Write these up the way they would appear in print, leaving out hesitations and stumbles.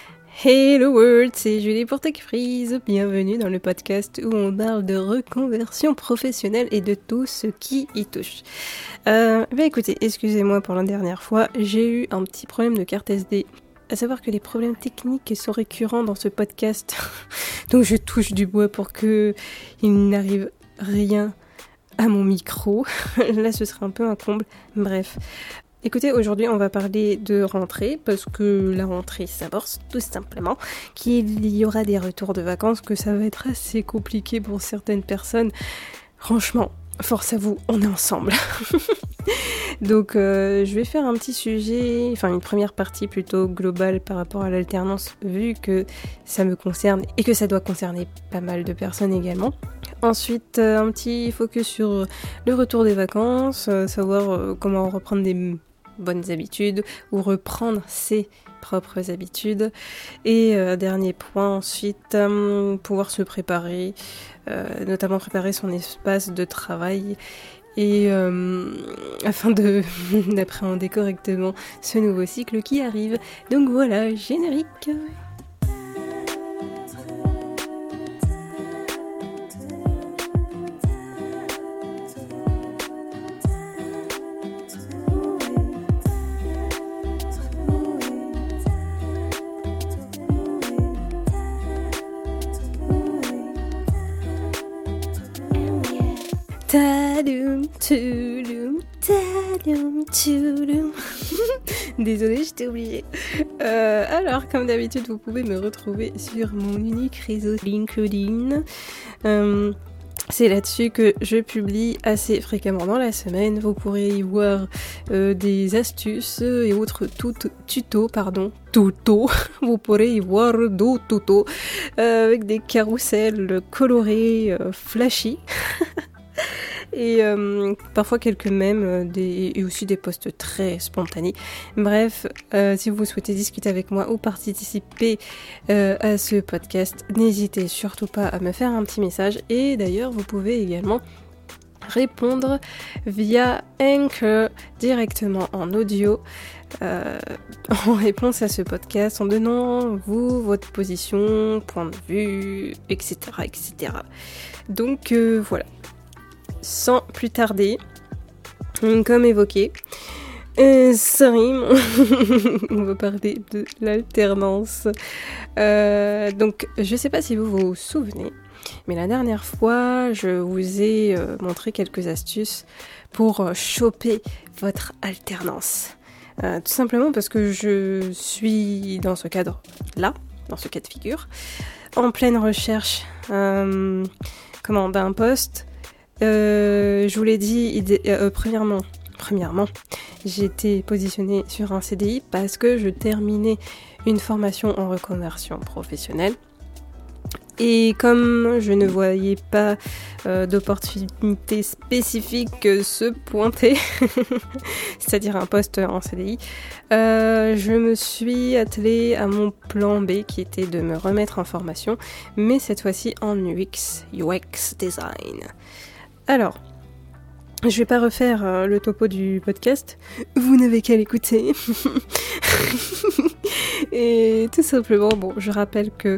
Hello world, c'est Julie pour TechFreeze. Bienvenue dans le podcast où on parle de reconversion professionnelle et de tout ce qui y touche. Écoutez, excusez-moi pour la dernière fois, j'ai eu un petit problème de carte SD. À savoir que les problèmes techniques sont récurrents dans ce podcast. Donc je touche du bois pour que il n'arrive rien à mon micro. Là, ce serait un peu un comble. Bref. Écoutez, aujourd'hui, on va parler de rentrée, parce que la rentrée s'amorce, tout simplement, qu'il y aura des retours de vacances, que ça va être assez compliqué pour certaines personnes. Franchement, force à vous, on est ensemble. Donc, je vais faire un petit sujet, une première partie plutôt globale par rapport à l'alternance, vu que ça me concerne et que ça doit concerner pas mal de personnes également. Ensuite, un petit focus sur le retour des vacances, savoir comment reprendre des bonnes habitudes ou reprendre ses propres habitudes. Et dernier point ensuite, pouvoir se préparer, notamment préparer son espace de travail et afin d'appréhender correctement ce nouveau cycle qui arrive. Donc voilà, générique. Tadum, tudum, tadum, tudum. Désolée, j'étais obligée. Alors, comme d'habitude, vous pouvez me retrouver sur mon unique réseau LinkedIn. C'est là-dessus que je publie assez fréquemment dans la semaine. Vous pourrez y voir des astuces et autres tutos. Vous pourrez y voir d'autres tutos avec des carousels colorés, flashy. Et parfois quelques mèmes et aussi des posts très spontanés. Bref, si vous souhaitez discuter avec moi ou participer à ce podcast, n'hésitez surtout pas à me faire un petit message. Et d'ailleurs, vous pouvez également répondre via Anchor directement en audio en réponse à ce podcast, en donnant votre position, point de vue, etc. Donc voilà. Sans plus tarder, comme évoqué, ça rime, on va parler de l'alternance. Donc, je sais pas si vous vous souvenez, mais la dernière fois, je vous ai montré quelques astuces pour choper votre alternance. Tout simplement parce que je suis dans ce cadre-là, dans ce cas de figure, en pleine recherche d'un poste. Je vous l'ai dit, premièrement, j'ai été positionnée sur un CDI parce que je terminais une formation en reconversion professionnelle. Et comme je ne voyais pas d'opportunité spécifique se pointer, c'est-à-dire un poste en CDI, je me suis attelée à mon plan B qui était de me remettre en formation, mais cette fois-ci en UX Design. Alors, je vais pas refaire le topo du podcast, vous n'avez qu'à l'écouter. Et tout simplement, je rappelle que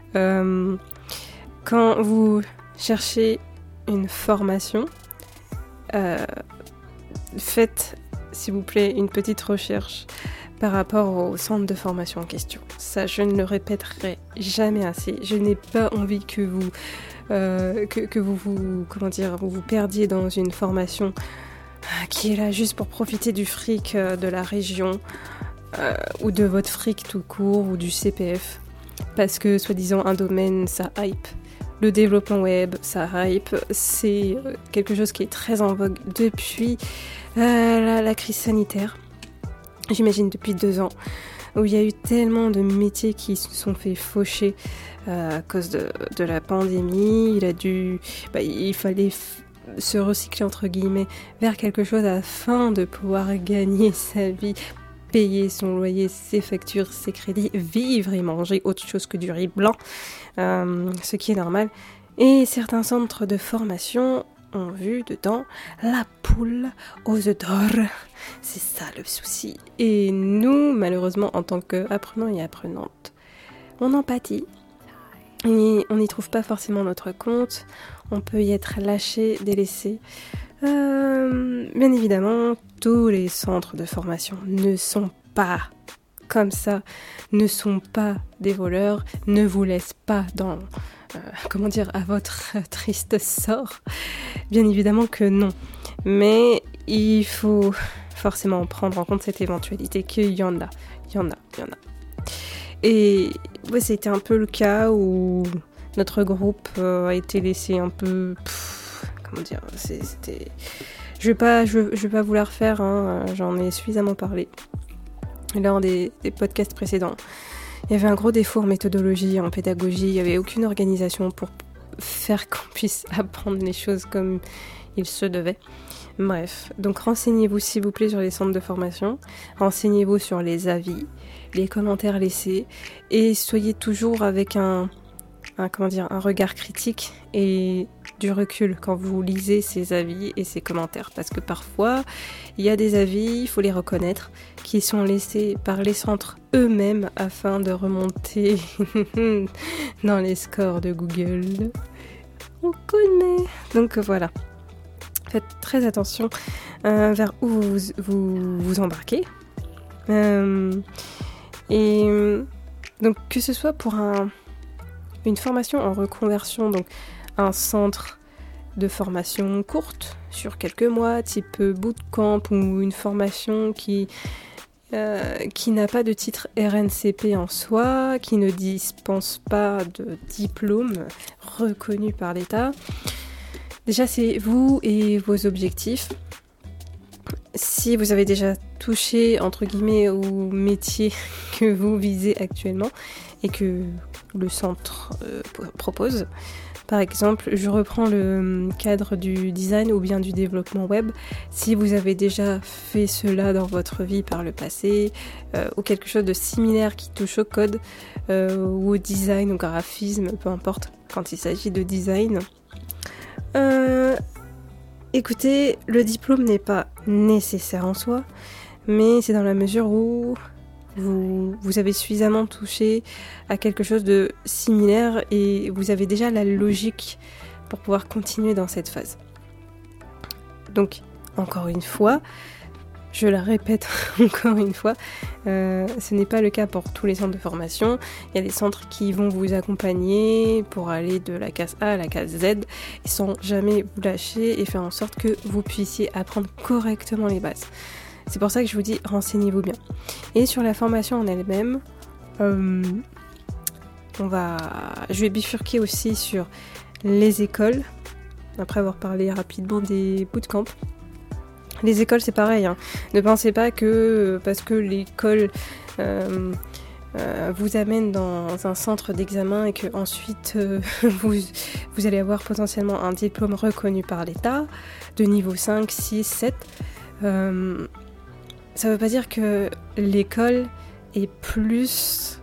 quand vous cherchez une formation, faites, s'il vous plaît, une petite recherche par rapport au centre de formation en question. Ça, je ne le répéterai jamais assez. Je n'ai pas envie que vous vous perdiez dans une formation qui est là juste pour profiter du fric de la région ou de votre fric tout court ou du CPF parce que soi-disant un domaine ça hype. Le développement web ça hype, c'est quelque chose qui est très en vogue depuis la crise sanitaire, j'imagine depuis 2 ans, où il y a eu tellement de métiers qui se sont fait faucher à cause de la pandémie. Il fallait se recycler entre guillemets vers quelque chose afin de pouvoir gagner sa vie, payer son loyer, ses factures, ses crédits, vivre et manger autre chose que du riz blanc, ce qui est normal. Et certains centres de formation ont vu dedans la poule aux œufs d'or. C'est ça le souci. Et nous, malheureusement, en tant qu'apprenants et apprenantes, on en pâtit. Et on n'y trouve pas forcément notre compte, on peut y être lâché, délaissé. Bien évidemment, tous les centres de formation ne sont pas comme ça, ne sont pas des voleurs, ne vous laissent pas dans, à votre triste sort. Bien évidemment que non. Mais il faut forcément prendre en compte cette éventualité qu'il y en a. Et ouais, c'était un peu le cas où notre groupe a été laissé un peu... c'était... Je vais pas vous la refaire, hein, j'en ai suffisamment parlé lors des podcasts précédents. Il y avait un gros défaut en méthodologie, en pédagogie, il n'y avait aucune organisation pour faire qu'on puisse apprendre les choses comme il se devait. Bref, donc renseignez-vous s'il vous plaît sur les centres de formation, renseignez-vous sur les avis, les commentaires laissés, et soyez toujours avec un regard critique et du recul quand vous lisez ces avis et ces commentaires. Parce que parfois, il y a des avis, il faut les reconnaître, qui sont laissés par les centres eux-mêmes afin de remonter dans les scores de Google. On connaît. Donc voilà. Faites très attention vers où vous embarquez. Et donc que ce soit pour une formation en reconversion, donc un centre de formation courte sur quelques mois, type bootcamp, ou une formation qui n'a pas de titre RNCP en soi, qui ne dispense pas de diplôme reconnu par l'État. Déjà, c'est vous et vos objectifs. Si vous avez déjà touché, entre guillemets, au métier que vous visez actuellement et que le centre propose, par exemple, je reprends le cadre du design ou bien du développement web. Si vous avez déjà fait cela dans votre vie par le passé, ou quelque chose de similaire qui touche au code, ou au design, au graphisme, peu importe, quand il s'agit de design, écoutez, le diplôme n'est pas nécessaire en soi, mais c'est dans la mesure où vous avez suffisamment touché à quelque chose de similaire et vous avez déjà la logique pour pouvoir continuer dans cette phase. Donc, encore une fois, je la répète encore une fois, ce n'est pas le cas pour tous les centres de formation. Il y a des centres qui vont vous accompagner pour aller de la case A à la case Z et sans jamais vous lâcher et faire en sorte que vous puissiez apprendre correctement les bases. C'est pour ça que je vous dis, renseignez-vous bien. Et sur la formation en elle-même, je vais bifurquer aussi sur les écoles, après avoir parlé rapidement des bootcamps. Les écoles, c'est pareil, hein. Ne pensez pas que parce que l'école vous amène dans un centre d'examen et que ensuite vous allez avoir potentiellement un diplôme reconnu par l'État de niveau 5, 6, 7. Ça veut pas dire que l'école est plus,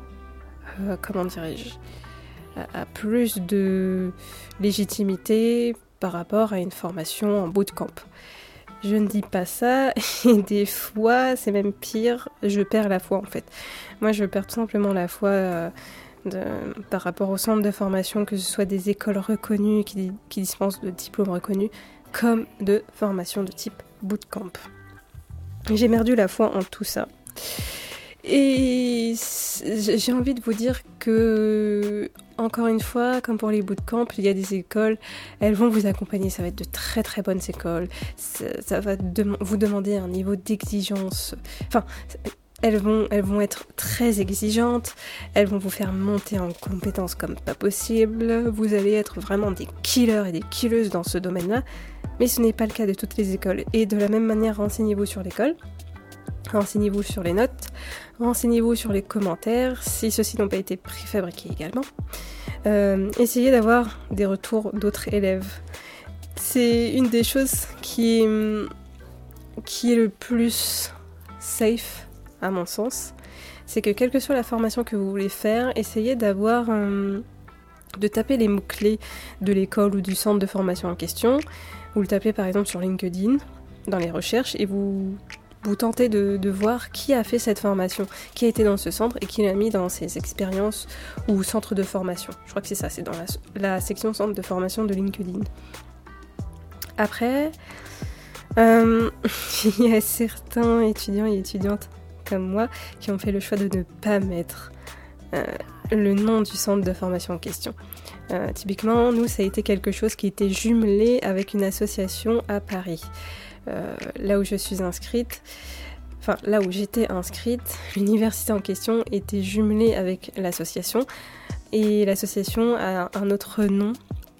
a plus de légitimité par rapport à une formation en bootcamp. Je ne dis pas ça, et des fois, c'est même pire, je perds la foi en fait. Moi, je perds tout simplement la foi par rapport aux centres de formation, que ce soit des écoles reconnues qui dispensent de diplômes reconnus, comme de formations de type bootcamp. J'ai perdu la foi en tout ça. Et j'ai envie de vous dire que, encore une fois, comme pour les bootcamps, il y a des écoles, elles vont vous accompagner, ça va être de très très bonnes écoles, ça va vous demander un niveau d'exigence, enfin, elles vont être très exigeantes, elles vont vous faire monter en compétences comme pas possible, vous allez être vraiment des killers et des killeuses dans ce domaine-là, mais ce n'est pas le cas de toutes les écoles. Et de la même manière, renseignez-vous sur l'école, renseignez-vous sur les notes, renseignez-vous sur les commentaires, si ceux-ci n'ont pas été préfabriqués également. Essayez d'avoir des retours d'autres élèves. C'est une des choses qui est le plus safe, à mon sens. C'est que quelle que soit la formation que vous voulez faire, essayez d'avoir... de taper les mots-clés de l'école ou du centre de formation en question. Vous le tapez par exemple sur LinkedIn, dans les recherches, et vous vous tentez de voir qui a fait cette formation, qui a été dans ce centre et qui l'a mis dans ses expériences ou centres de formation. Je crois que c'est ça, c'est dans la section centre de formation de LinkedIn. Après, il y a certains étudiants et étudiantes comme moi qui ont fait le choix de ne pas mettre le nom du centre de formation en question. Typiquement, nous, ça a été quelque chose qui était jumelé avec une association à Paris. Là où je suis inscrite, enfin là où j'étais inscrite, l'université en question était jumelée avec l'association et l'association a un autre nom.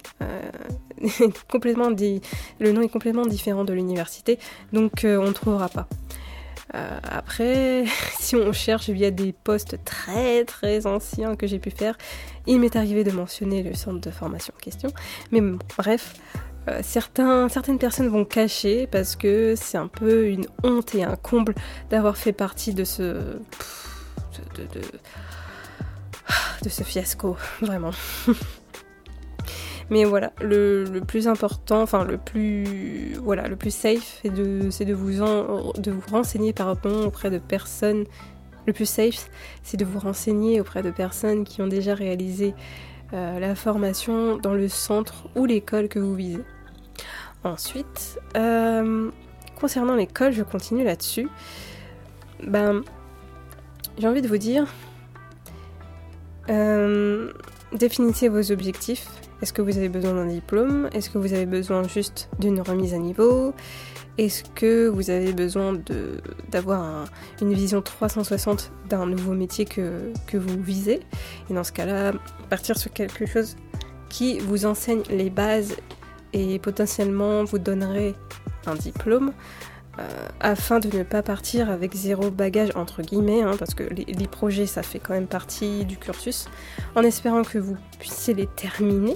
Le nom est complètement différent de l'université, donc on ne trouvera pas. Après, si on cherche via des posts très très anciens que j'ai pu faire, il m'est arrivé de mentionner le centre de formation en question. Mais bon, bref, certaines personnes vont cacher parce que c'est un peu une honte et un comble d'avoir fait partie de ce fiasco, vraiment. Mais voilà, le plus important, enfin le plus safe, c'est de vous renseigner auprès de personnes. Le plus safe, c'est de vous renseigner auprès de personnes qui ont déjà réalisé la formation dans le centre ou l'école que vous visez. Ensuite, concernant l'école, je continue là-dessus. J'ai envie de vous dire, définissez vos objectifs. Est-ce que vous avez besoin d'un diplôme ? Est-ce que vous avez besoin juste d'une remise à niveau ? Est-ce que vous avez besoin d'avoir une vision 360 d'un nouveau métier que vous visez ? Et dans ce cas-là, partir sur quelque chose qui vous enseigne les bases et potentiellement vous donnerait un diplôme afin de ne pas partir avec zéro bagage entre guillemets, parce que les projets ça fait quand même partie du cursus, en espérant que vous puissiez les terminer.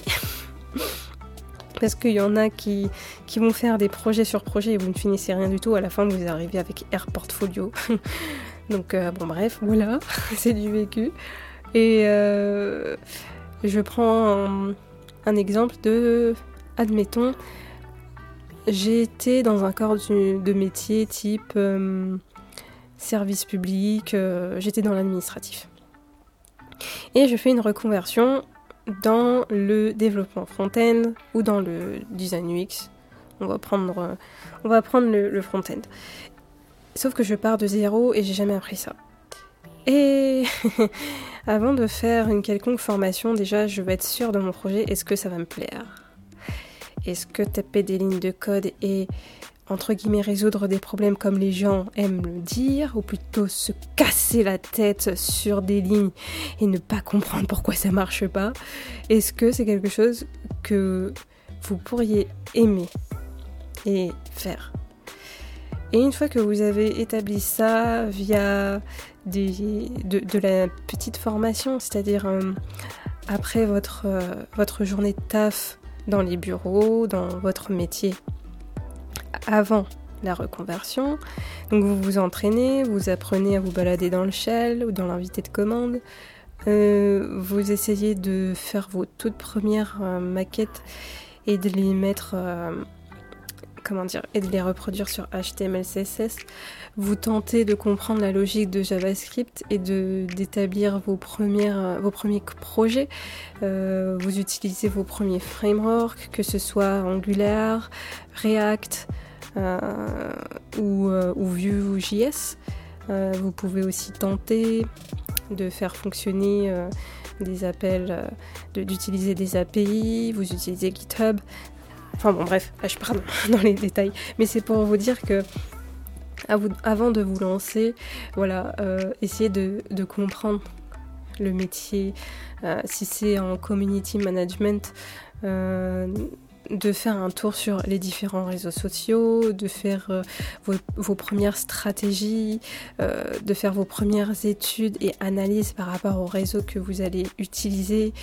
Parce qu'il y en a qui vont faire des projets sur projets et vous ne finissez rien du tout, à la fin vous arrivez avec Air Portfolio. Donc bon bref, voilà, c'est du vécu. Et je prends un exemple admettons, j'ai été dans un corps de métier type service public, j'étais dans l'administratif. Et je fais une reconversion dans le développement front-end ou dans le design UX. On va prendre le front-end. Sauf que je pars de zéro et j'ai jamais appris ça. Et avant de faire une quelconque formation, déjà je vais être sûre de mon projet, est-ce que ça va me plaire ? Est-ce que taper des lignes de code et, entre guillemets, résoudre des problèmes comme les gens aiment le dire, ou plutôt se casser la tête sur des lignes et ne pas comprendre pourquoi ça marche pas ? Est-ce que c'est quelque chose que vous pourriez aimer et faire ? Et une fois que vous avez établi ça via de la petite formation, c'est-à-dire après votre journée de taf, dans les bureaux, dans votre métier avant la reconversion. Donc vous vous entraînez, vous apprenez à vous balader dans le shell ou dans l'invité de commande. Vous essayez de faire vos toutes premières maquettes et de les mettre... et de les reproduire sur HTML, CSS. Vous tentez de comprendre la logique de JavaScript et d'établir vos premiers projets. Vous utilisez vos premiers frameworks, que ce soit Angular, React ou Vue.js. Vous pouvez aussi tenter de faire fonctionner des appels, d'utiliser des API. Vous utilisez GitHub. Enfin bon bref, là je pars dans les détails, mais c'est pour vous dire que avant de vous lancer, voilà, essayez de comprendre le métier, si c'est en community management, de faire un tour sur les différents réseaux sociaux, de faire vos premières stratégies, de faire vos premières études et analyses par rapport au réseau que vous allez utiliser,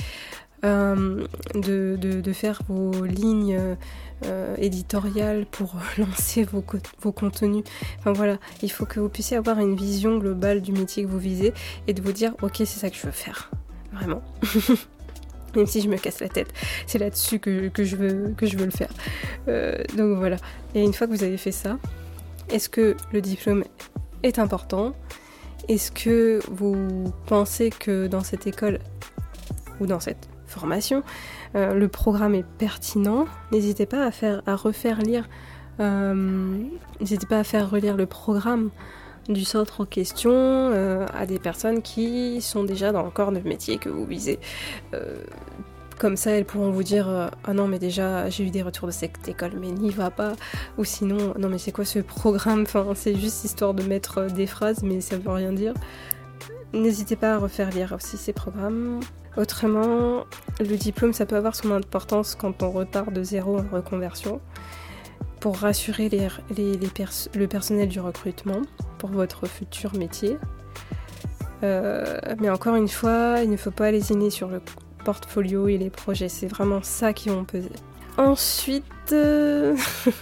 de faire vos lignes éditoriales pour lancer vos contenus. Enfin voilà, il faut que vous puissiez avoir une vision globale du métier que vous visez et de vous dire ok, c'est ça que je veux faire, vraiment. Même si je me casse la tête, c'est là-dessus que je veux le faire. Donc voilà. Et une fois que vous avez fait ça, Est-ce que le diplôme est important ? Est-ce que vous pensez que dans cette école ou dans cette formation, le programme est pertinent ? N'hésitez pas à faire relire le programme du centre en question à des personnes qui sont déjà dans le corps de métier que vous visez. Comme ça, elles pourront vous dire ah non, mais déjà, j'ai eu des retours de cette école, mais n'y va pas. Ou sinon, non, mais c'est quoi ce programme ? Enfin, c'est juste histoire de mettre des phrases, mais ça veut rien dire. N'hésitez pas à refaire lire aussi ces programmes. Autrement, le diplôme, ça peut avoir son importance quand on repart de zéro en reconversion, pour rassurer le personnel du recrutement pour votre futur métier. Mais encore une fois, il ne faut pas lésiner sur le portfolio et les projets, c'est vraiment ça qui vont peser. Ensuite, je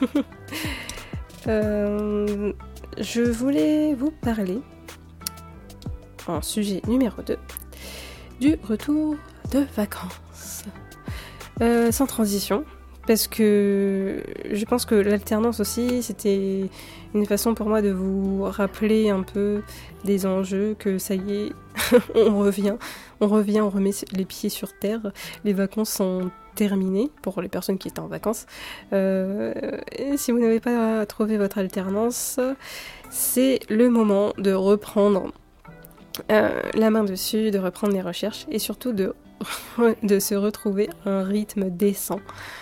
voulais vous parler, en sujet numéro 2, du retour de vacances. Sans transition, parce que je pense que l'alternance aussi, c'était une façon pour moi de vous rappeler un peu des enjeux, que ça y est, on remet les pieds sur terre, les vacances sont terminées pour les personnes qui étaient en vacances. Et si vous n'avez pas trouvé votre alternance, c'est le moment de reprendre la main dessus, de reprendre les recherches et surtout de se retrouver un rythme décent.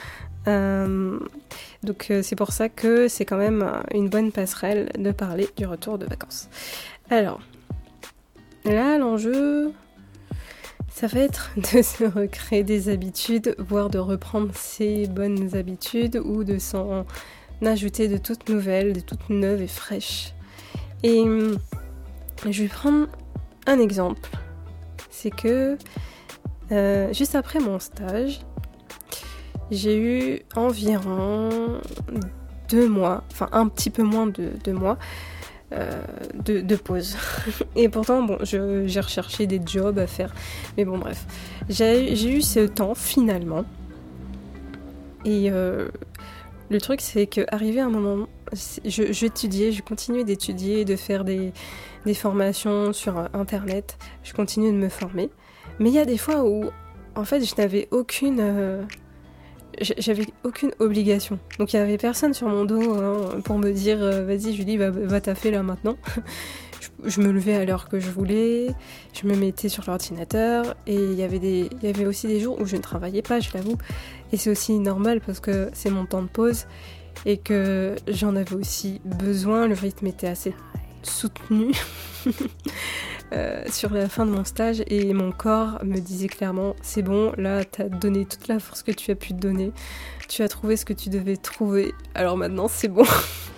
Donc c'est pour ça que c'est quand même une bonne passerelle de parler du retour de vacances. Alors, là l'enjeu, ça va être de se recréer des habitudes, voire de reprendre ses bonnes habitudes ou de s'en ajouter de toutes nouvelles, de toutes neuves et fraîches. Et je vais prendre un exemple. C'est que juste après mon stage, j'ai eu environ 2 mois, enfin un petit peu moins de 2 mois de pause. Et pourtant, bon, j'ai recherché des jobs à faire. Mais bon, bref. J'ai eu ce temps, finalement. Et le truc, c'est qu'arrivé à un moment, je continuais d'étudier, de faire des formations sur Internet. Je continuais de me former. Mais il y a des fois où, en fait, j'avais aucune obligation. Donc il y avait personne sur mon dos pour me dire vas-y Julie, va taffer là maintenant. Je me levais à l'heure que je voulais, je me mettais sur l'ordinateur et il y avait aussi des jours où je ne travaillais pas, je l'avoue. Et c'est aussi normal parce que c'est mon temps de pause et que j'en avais aussi besoin, le rythme était assez soutenu. Sur la fin de mon stage et mon corps me disait clairement c'est bon, là t'as donné toute la force que tu as pu te donner, tu as trouvé ce que tu devais trouver, alors maintenant c'est bon.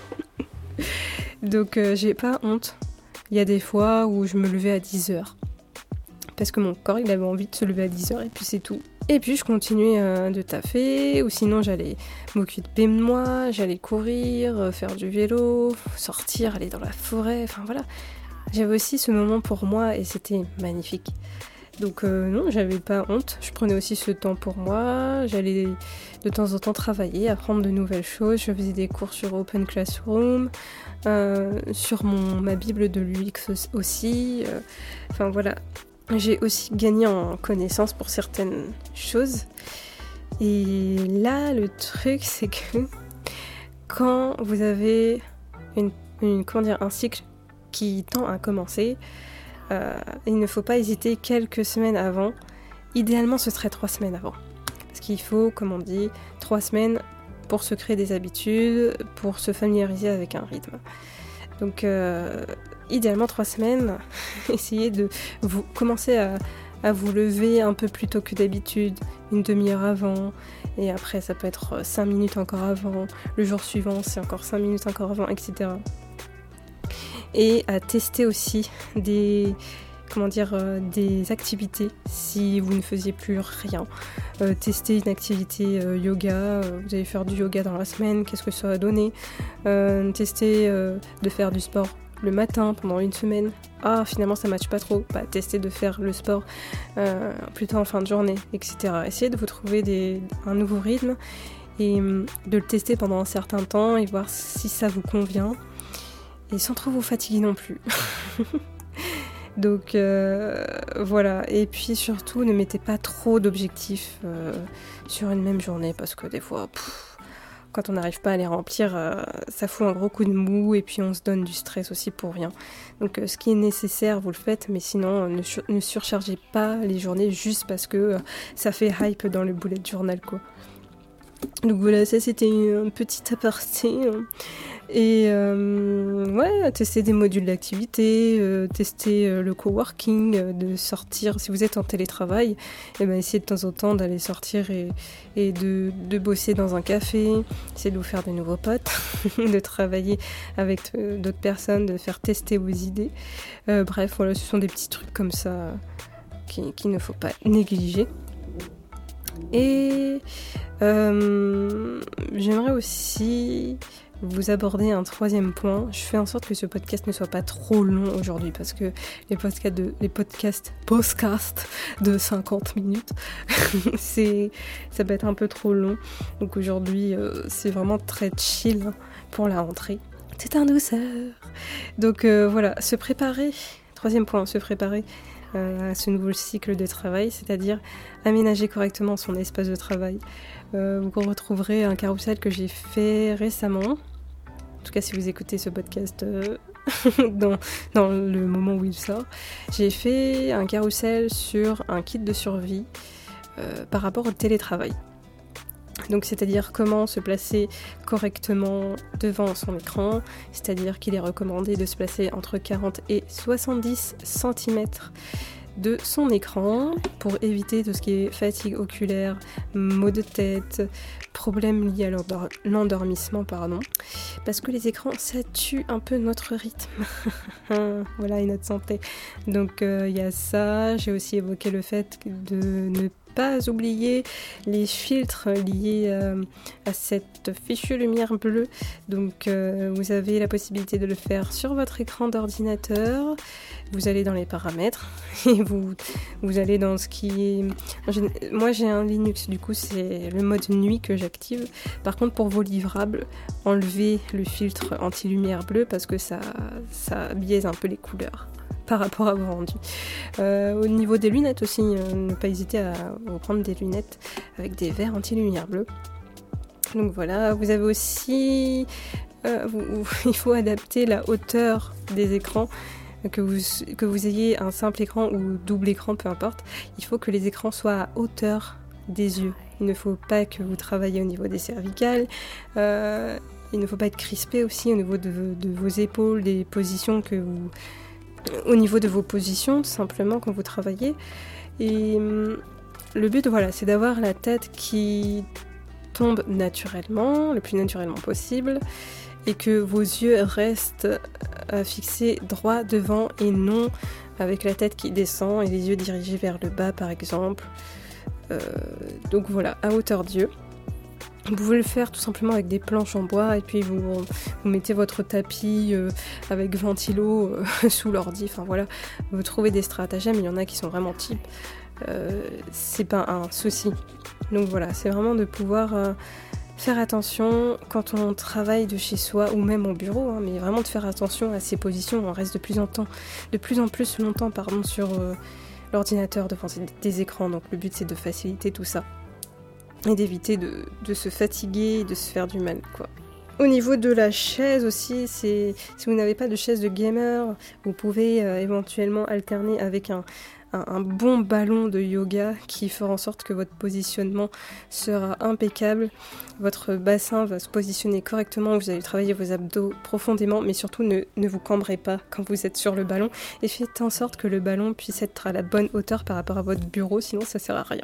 Donc j'ai pas honte, il y a des fois où je me levais à 10h parce que mon corps il avait envie de se lever à 10h et puis c'est tout. Et puis je continuais de taffer, ou sinon j'allais m'occuper de moi, j'allais courir, faire du vélo, sortir, aller dans la forêt, enfin voilà. J'avais aussi ce moment pour moi et c'était magnifique. Donc non, j'avais pas honte. Je prenais aussi ce temps pour moi. J'allais de temps en temps travailler, apprendre de nouvelles choses. Je faisais des cours sur Open Classroom, sur ma Bible de l'UX aussi. Enfin voilà, j'ai aussi gagné en connaissances pour certaines choses. Et là, le truc, c'est que quand vous avez un cycle qui tend à commencer, il ne faut pas hésiter quelques semaines avant. Idéalement, ce serait 3 semaines avant. Parce qu'il faut, comme on dit, 3 semaines pour se créer des habitudes, pour se familiariser avec un rythme. Donc, idéalement, 3 semaines, essayez de commencer à vous lever un peu plus tôt que d'habitude, une demi-heure avant, et après, ça peut être 5 minutes encore avant, le jour suivant, c'est encore 5 minutes encore avant, etc. Et à tester aussi des activités si vous ne faisiez plus rien. Tester une activité yoga, vous allez faire du yoga dans la semaine, qu'est-ce que ça va donner. Tester de faire du sport le matin pendant une semaine. Ah, finalement ça ne matche pas trop. Tester de faire le sport plutôt en fin de journée, etc. Essayez de vous trouver un nouveau rythme et de le tester pendant un certain temps et voir si ça vous convient. et sans trop vous fatiguer non plus. Donc voilà, et puis surtout ne mettez pas trop d'objectifs sur une même journée parce que des fois, quand on n'arrive pas à les remplir, ça fout un gros coup de mou et puis on se donne du stress aussi pour rien. Donc ce qui est nécessaire, vous le faites, mais sinon ne surchargez pas les journées juste parce que ça fait hype dans le bullet journal, quoi. Donc voilà, ça c'était un petit aparté. Et ouais, tester des modules d'activité, tester le coworking, de sortir, si vous êtes en télétravail, et ben essayez de temps en temps d'aller sortir et de bosser dans un café, essayez de vous faire des nouveaux potes, de travailler avec d'autres personnes, de faire tester vos idées. Bref, voilà, ce sont des petits trucs comme ça qu'il ne faut pas négliger. Et j'aimerais aussi vous aborder un troisième point. Je fais en sorte que ce podcast ne soit pas trop long aujourd'hui parce que les podcasts de 50 minutes, ça peut être un peu trop long. Donc aujourd'hui, c'est vraiment très chill pour la rentrée. C'est un douceur. Donc voilà, se préparer. Troisième point, se préparer à ce nouveau cycle de travail, c'est-à-dire aménager correctement son espace de travail. Vous retrouverez un carrousel que j'ai fait récemment, en tout cas si vous écoutez ce podcast dans le moment où il sort. J'ai fait un carrousel sur un kit de survie par rapport au télétravail. Donc c'est-à-dire comment se placer correctement devant son écran, c'est-à-dire qu'il est recommandé de se placer entre 40 et 70 cm de son écran pour éviter tout ce qui est fatigue oculaire, maux de tête, problèmes liés à l'endormissement, parce que les écrans ça tue un peu notre rythme voilà, et notre santé. Donc il y a ça. J'ai aussi évoqué le fait de ne pas oublier les filtres liés à cette fichue lumière bleue. Donc vous avez la possibilité de le faire sur votre écran d'ordinateur. Vous allez dans les paramètres et vous allez dans ce qui est... Moi j'ai un Linux, du coup c'est le mode nuit que j'active. Par contre pour vos livrables, enlevez le filtre anti-lumière bleue parce que ça biaise un peu les couleurs par rapport à vos rendus. Au niveau des lunettes aussi, ne pas hésiter à reprendre des lunettes avec des verres anti-lumière bleue. Donc voilà, vous avez aussi... il faut adapter la hauteur des écrans, que vous ayez un simple écran ou double écran, peu importe. Il faut que les écrans soient à hauteur des yeux. Il ne faut pas que vous travaillez au niveau des cervicales. Il ne faut pas être crispé aussi au niveau de vos épaules, des positions au niveau de vos positions, tout simplement, quand vous travaillez. Et le but, voilà, c'est d'avoir la tête qui tombe naturellement, le plus naturellement possible, et que vos yeux restent fixés droit devant et non avec la tête qui descend et les yeux dirigés vers le bas, par exemple. Donc voilà, à hauteur d'yeux. Vous pouvez le faire tout simplement avec des planches en bois et puis vous mettez votre tapis avec ventilo sous l'ordi. Enfin voilà, vous trouvez des stratagèmes, il y en a qui sont vraiment cheap. C'est pas un souci. Donc voilà, c'est vraiment de pouvoir faire attention quand on travaille de chez soi ou même au bureau, mais vraiment de faire attention à ces positions. On reste de plus en plus longtemps sur l'ordinateur devant des écrans. Donc le but c'est de faciliter tout ça. Et d'éviter de se fatiguer et de se faire du mal, quoi. Au niveau de la chaise aussi, si vous n'avez pas de chaise de gamer, vous pouvez éventuellement alterner avec un bon ballon de yoga qui fera en sorte que votre positionnement sera impeccable. Votre bassin va se positionner correctement, vous allez travailler vos abdos profondément, mais surtout ne vous cambrez pas quand vous êtes sur le ballon et faites en sorte que le ballon puisse être à la bonne hauteur par rapport à votre bureau, sinon ça sert à rien.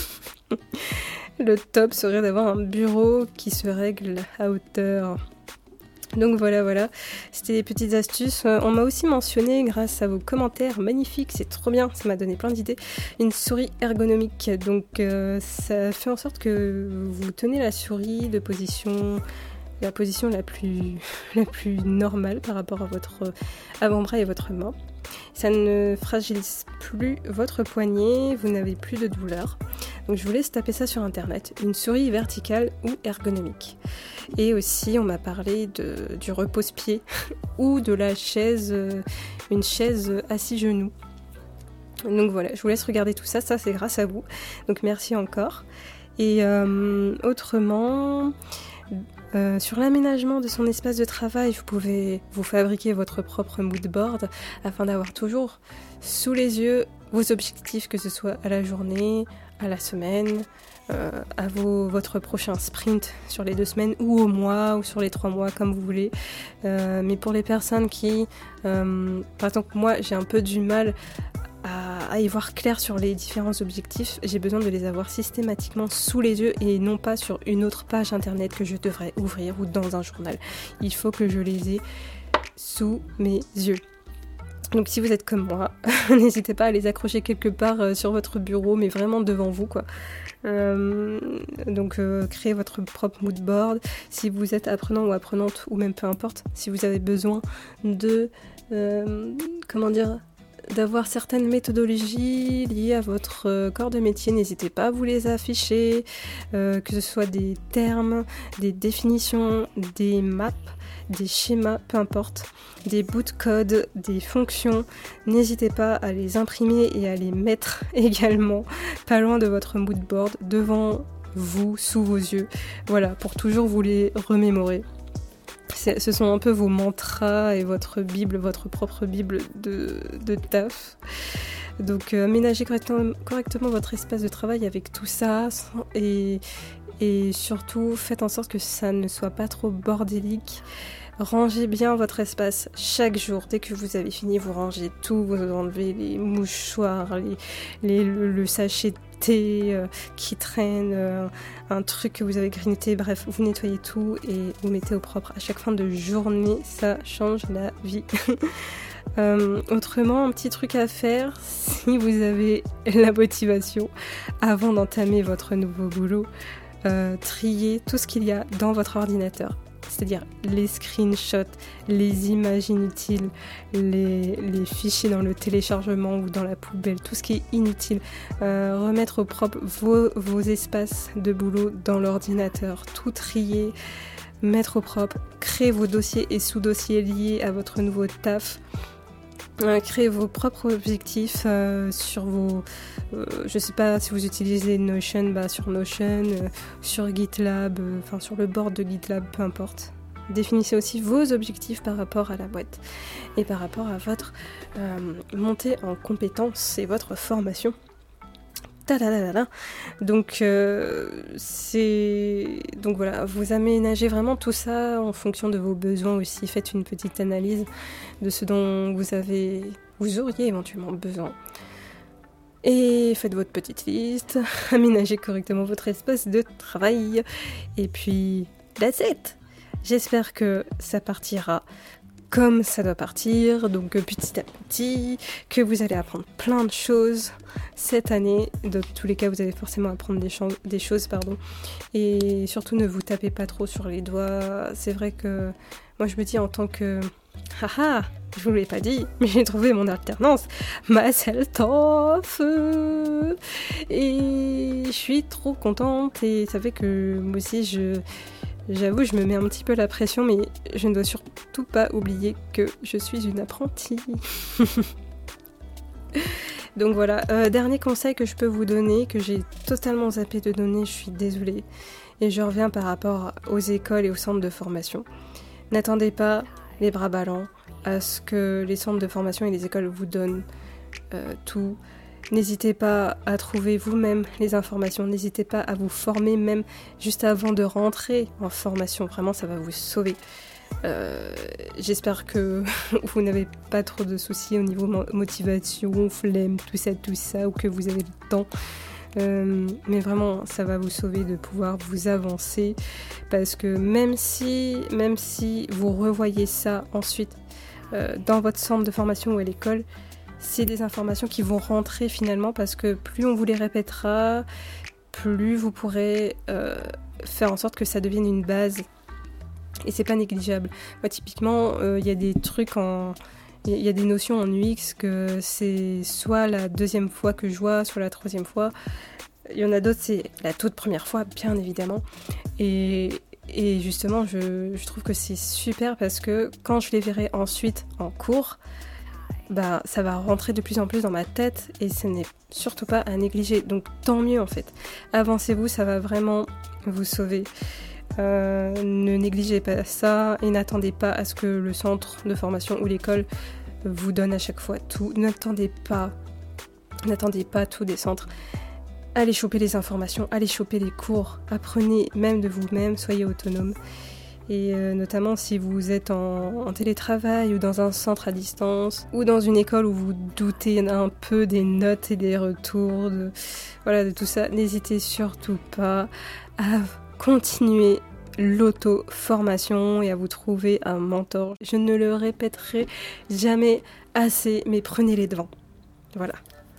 Le top serait d'avoir un bureau qui se règle à hauteur. Donc voilà, c'était des petites astuces. On m'a aussi mentionné, grâce à vos commentaires magnifiques, c'est trop bien, ça m'a donné plein d'idées, une souris ergonomique. Donc ça fait en sorte que vous tenez la souris de position la position la plus normale par rapport à votre avant-bras et votre main. Ça ne fragilise plus votre poignet, vous n'avez plus de douleur. Donc je vous laisse taper ça sur internet, une souris verticale ou ergonomique. Et aussi on m'a parlé du repose-pied ou de la chaise, une chaise assis-genou. Donc voilà, je vous laisse regarder tout ça, ça c'est grâce à vous. Donc merci encore. Et autrement, sur l'aménagement de son espace de travail, vous pouvez vous fabriquer votre propre mood board afin d'avoir toujours sous les yeux vos objectifs, que ce soit à la journée, à la semaine, à votre prochain sprint sur les 2 semaines ou au mois ou sur les 3 mois comme vous voulez. Mais pour les personnes qui, par exemple moi j'ai un peu du mal à y voir clair sur les différents objectifs, j'ai besoin de les avoir systématiquement sous les yeux et non pas sur une autre page internet que je devrais ouvrir ou dans un journal. Il faut que je les ai sous mes yeux. Donc si vous êtes comme moi, n'hésitez pas à les accrocher quelque part sur votre bureau, mais vraiment devant vous, quoi. Donc créez votre propre mood board. Si vous êtes apprenant ou apprenante, ou même peu importe, si vous avez besoin de... d'avoir certaines méthodologies liées à votre corps de métier, n'hésitez pas à vous les afficher, que ce soit des termes, des définitions, des maps, des schémas, peu importe, des bouts de code, des fonctions, n'hésitez pas à les imprimer et à les mettre également pas loin de votre mood board, devant vous, sous vos yeux, voilà, pour toujours vous les remémorer. Ce sont un peu vos mantras et votre bible, votre propre bible de taf. Donc aménagez correctement votre espace de travail avec tout ça et surtout faites en sorte que ça ne soit pas trop bordélique. Rangez bien votre espace chaque jour. Dès que vous avez fini, vous rangez tout, vous enlevez les mouchoirs, le sachet de thé qui traîne, un truc que vous avez grignoté, bref, vous nettoyez tout et vous mettez au propre à chaque fin de journée, ça change la vie. Autrement, un petit truc à faire, si vous avez la motivation avant d'entamer votre nouveau boulot, triez tout ce qu'il y a dans votre ordinateur. C'est-à-dire les screenshots, les images inutiles, les fichiers dans le téléchargement ou dans la poubelle, tout ce qui est inutile. Remettre au propre vos espaces de boulot dans l'ordinateur, tout trier, mettre au propre, créer vos dossiers et sous-dossiers liés à votre nouveau taf. Créer vos propres objectifs sur vos... je sais pas si vous utilisez Notion, sur Notion, sur GitLab, sur le board de GitLab, peu importe. Définissez aussi vos objectifs par rapport à la boîte et par rapport à votre montée en compétences et votre formation. Donc voilà, vous aménagez vraiment tout ça en fonction de vos besoins aussi. Faites une petite analyse de ce dont vous auriez éventuellement besoin. Et faites votre petite liste, aménagez correctement votre espace de travail. Et puis, that's it! J'espère que ça partira comme ça doit partir, donc petit à petit, que vous allez apprendre plein de choses cette année. Dans tous les cas, vous allez forcément apprendre des choses, et surtout ne vous tapez pas trop sur les doigts. C'est vrai que moi je me dis en tant que... je vous l'ai pas dit, mais j'ai trouvé mon alternance, ma self-off, et je suis trop contente, et ça fait que moi aussi J'avoue, je me mets un petit peu la pression, mais je ne dois surtout pas oublier que je suis une apprentie. Donc voilà, dernier conseil que je peux vous donner, que j'ai totalement zappé de donner, je suis désolée. Et je reviens par rapport aux écoles et aux centres de formation. N'attendez pas les bras ballants à ce que les centres de formation et les écoles vous donnent tout. N'hésitez pas à trouver vous-même les informations, n'hésitez pas à vous former même juste avant de rentrer en formation, vraiment ça va vous sauver. J'espère que vous n'avez pas trop de soucis au niveau motivation, flemme, tout ça, ou que vous avez le temps. Mais vraiment ça va vous sauver de pouvoir vous avancer, parce que même si vous revoyez ça ensuite dans votre centre de formation ou à l'école, c'est des informations qui vont rentrer finalement, parce que plus on vous les répétera, plus vous pourrez faire en sorte que ça devienne une base Et c'est pas négligeable. Moi, typiquement, il y a des trucs il y a des notions en UX que c'est soit la deuxième fois que je vois, soit la troisième fois. Il y en a d'autres, c'est la toute première fois, bien évidemment. Et justement, je trouve que c'est super parce que quand je les verrai ensuite en cours, bah, ça va rentrer de plus en plus dans ma tête et ce n'est surtout pas à négliger. Donc tant mieux en fait. Avancez-vous, ça va vraiment vous sauver. Ne négligez pas ça et n'attendez pas à ce que le centre de formation ou l'école vous donne à chaque fois tout. N'attendez pas tout des centres. Allez choper les informations, allez choper les cours, apprenez même de vous-même, soyez autonome. Et notamment si vous êtes en télétravail ou dans un centre à distance ou dans une école où vous doutez un peu des notes et des retours, de tout ça, n'hésitez surtout pas à continuer l'auto-formation et à vous trouver un mentor. Je ne le répéterai jamais assez, mais prenez les devants. Voilà.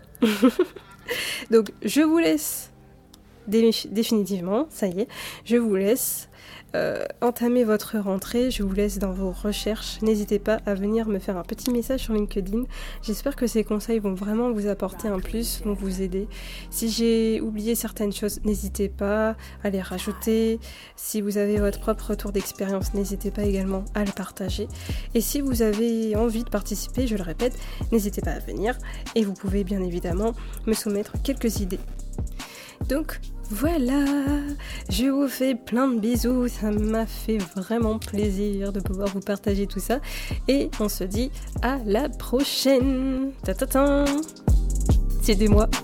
Donc je vous laisse définitivement, ça y est, je vous laisse entamer votre rentrée, je vous laisse dans vos recherches. N'hésitez pas à venir me faire un petit message sur LinkedIn. J'espère que ces conseils vont vraiment vous apporter un plus, vont vous aider. Si j'ai oublié certaines choses, n'hésitez pas à les rajouter. Si vous avez votre propre retour d'expérience, n'hésitez pas également à le partager. Et si vous avez envie de participer, je le répète, n'hésitez pas à venir. Et vous pouvez bien évidemment me soumettre quelques idées. Donc voilà, je vous fais plein de bisous, ça m'a fait vraiment plaisir de pouvoir vous partager tout ça et on se dit à la prochaine. Ta-ta-ta. C'est de moi.